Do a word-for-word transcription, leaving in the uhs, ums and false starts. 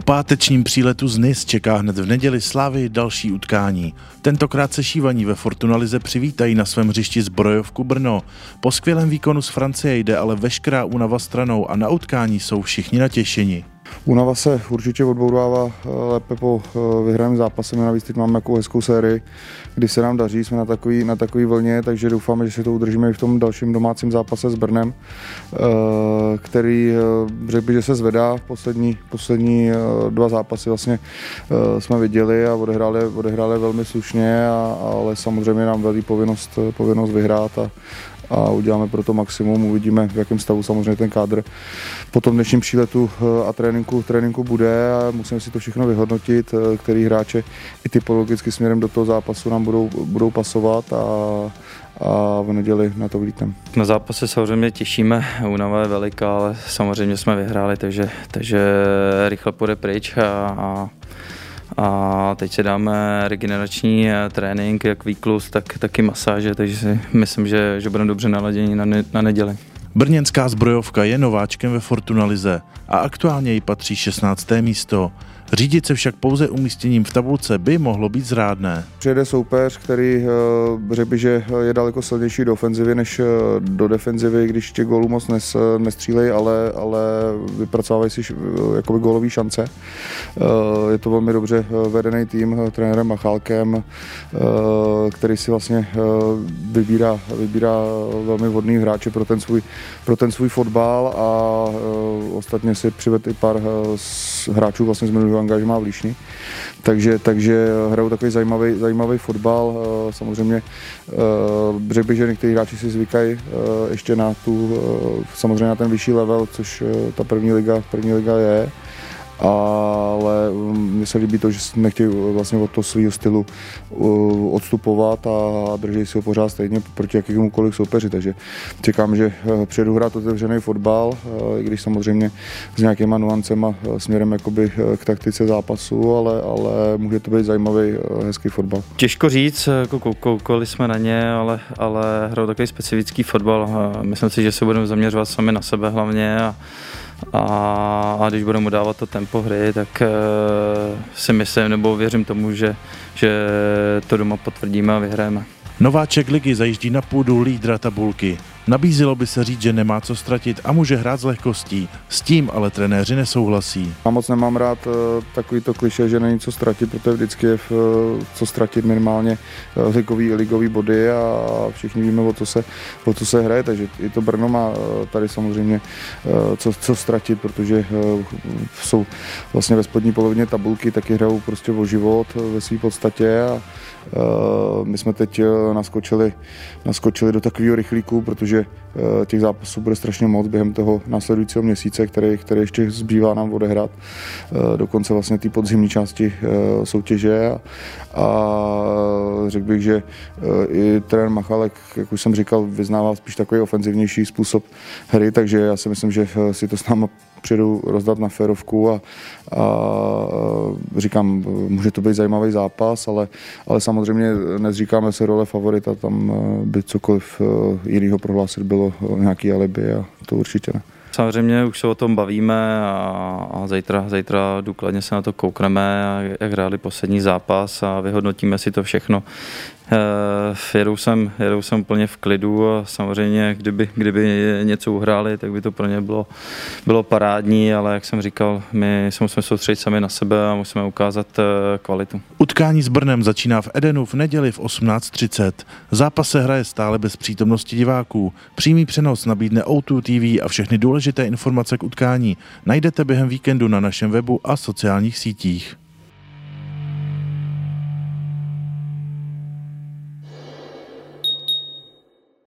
pátečním příletu z Nice čeká hned v neděli Slavii další utkání. Tentokrát se šívaní ve Fortuna lize přivítají na svém hřišti Zbrojovku Brno. Po skvělém výkonu z Francie jde ale veškerá únava stranou a na utkání jsou všichni natěšeni. Únava se určitě odbourává lépe po vyhraném zápase. My navíc teď máme jako hezkou sérii, kdy se nám daří, jsme na takový, na takový vlně, takže doufáme, že si to udržíme i v tom dalším domácím zápase s Brnem, který řekl bych, že se zvedá. Poslední, poslední dva zápasy vlastně jsme viděli a odehráli, odehráli velmi slušně, a, ale samozřejmě nám velí povinnost, povinnost vyhrát a a uděláme pro to maximum, uvidíme, v jakém stavu samozřejmě ten kádr po tom dnešním příletu a tréninku, tréninku bude a musíme si to všechno vyhodnotit, který hráče i typologicky směrem do toho zápasu nám budou, budou pasovat a, a v neděli na to vlítneme. Na zápas se samozřejmě těšíme, únava je veliká, ale samozřejmě jsme vyhráli, takže, takže rychle půjde pryč a, a A teď si dáme regenerační trénink, jak výklus, tak taky masáže, takže si myslím, že, že budeme dobře naladěni na, ne, na neděli. Brněnská Zbrojovka je nováčkem ve Fortuna lize a aktuálně jí patří šestnácté místo. Řídit se však pouze umístěním v tabulce by mohlo být zrádné. Přijede soupeř, který řekl by, že je daleko silnější do ofenzivy než do defenzivy, když těch gólů moc nes, nestřílejí, ale, ale vypracovávají si jakoby gólový šance. Je to velmi dobře vedený tým trenérem Machálkem, který si vlastně vybírá, vybírá velmi vhodný hráče pro ten svůj, pro ten svůj fotbal a ostatně si přivedl i pár hráčů vlastně z minulého angažmá v Líšni. Takže, takže hrajou takový zajímavý, zajímavý fotbal. Samozřejmě řekl bych, že někteří hráči si zvykají ještě na tu, samozřejmě na ten vyšší level, což ta první liga, první liga je. Ale mně se líbí to, že nechtějí vlastně od toho svého stylu odstupovat a drží si ho pořád stejně proti jakémukoliv soupeři, takže čekám, že přijedu hrát otevřený fotbal, i když samozřejmě s nějakýma nuancema směrem jakoby k taktice zápasu, ale, ale může to být zajímavý, hezký fotbal. Těžko říct, jako koukali jsme na ně, ale, ale hrajou takový specifický fotbal. Myslím si, že se budeme zaměřovat sami na sebe hlavně a A, a když budeme dávat to tempo hry, tak uh, si myslím nebo věřím tomu, že, že to doma potvrdíme a vyhrajeme. Nováček ligy zajíždí na půdu lídra tabulky. Nabízelo by se říct, že nemá co ztratit a může hrát s lehkostí. S tím ale trenéři nesouhlasí. Já moc nemám rád takový to klišé, že není co ztratit, protože vždycky je co ztratit minimálně ligový, ligový body a všichni víme, o co se, o co se hraje, takže i to Brno má tady samozřejmě co, co ztratit, protože jsou vlastně ve spodní polovině tabulky, taky hrajou prostě o život ve své podstatě a my jsme teď naskočili, naskočili do takového rychlíku, protože těch zápasů bude strašně moc během toho následujícího měsíce, který, který ještě zbývá nám odehrát do konce vlastně té podzimní části soutěže a, a řekl bych, že i trenér Machálek, jak už jsem říkal, vyznával spíš takový ofenzivnější způsob hry, takže já si myslím, že si to s náma přijedu rozdat na férovku a, a říkám, může to být zajímavý zápas, ale, ale samozřejmě nezříkáme se role favorita, tam by cokoliv jinýho prohlásit bylo nějaký alibi a to určitě ne. Samozřejmě už se o tom bavíme a, a zítra, zítra důkladně se na to koukneme, jak hráli poslední zápas a vyhodnotíme si to všechno. E, jedou, jsem, jedou jsem plně v klidu a samozřejmě, kdyby, kdyby něco uhráli, tak by to pro ně bylo, bylo parádní, ale jak jsem říkal, my se musíme soustředit sami na sebe a musíme ukázat kvalitu. Utkání s Brnem začíná v Edenu v neděli v osmnáct třicet. Zápas se hraje stále bez přítomnosti diváků. Přímý přenos nabídne O dva T V a všechny důležité informace k utkání najdete během víkendu na našem webu a sociálních sítích.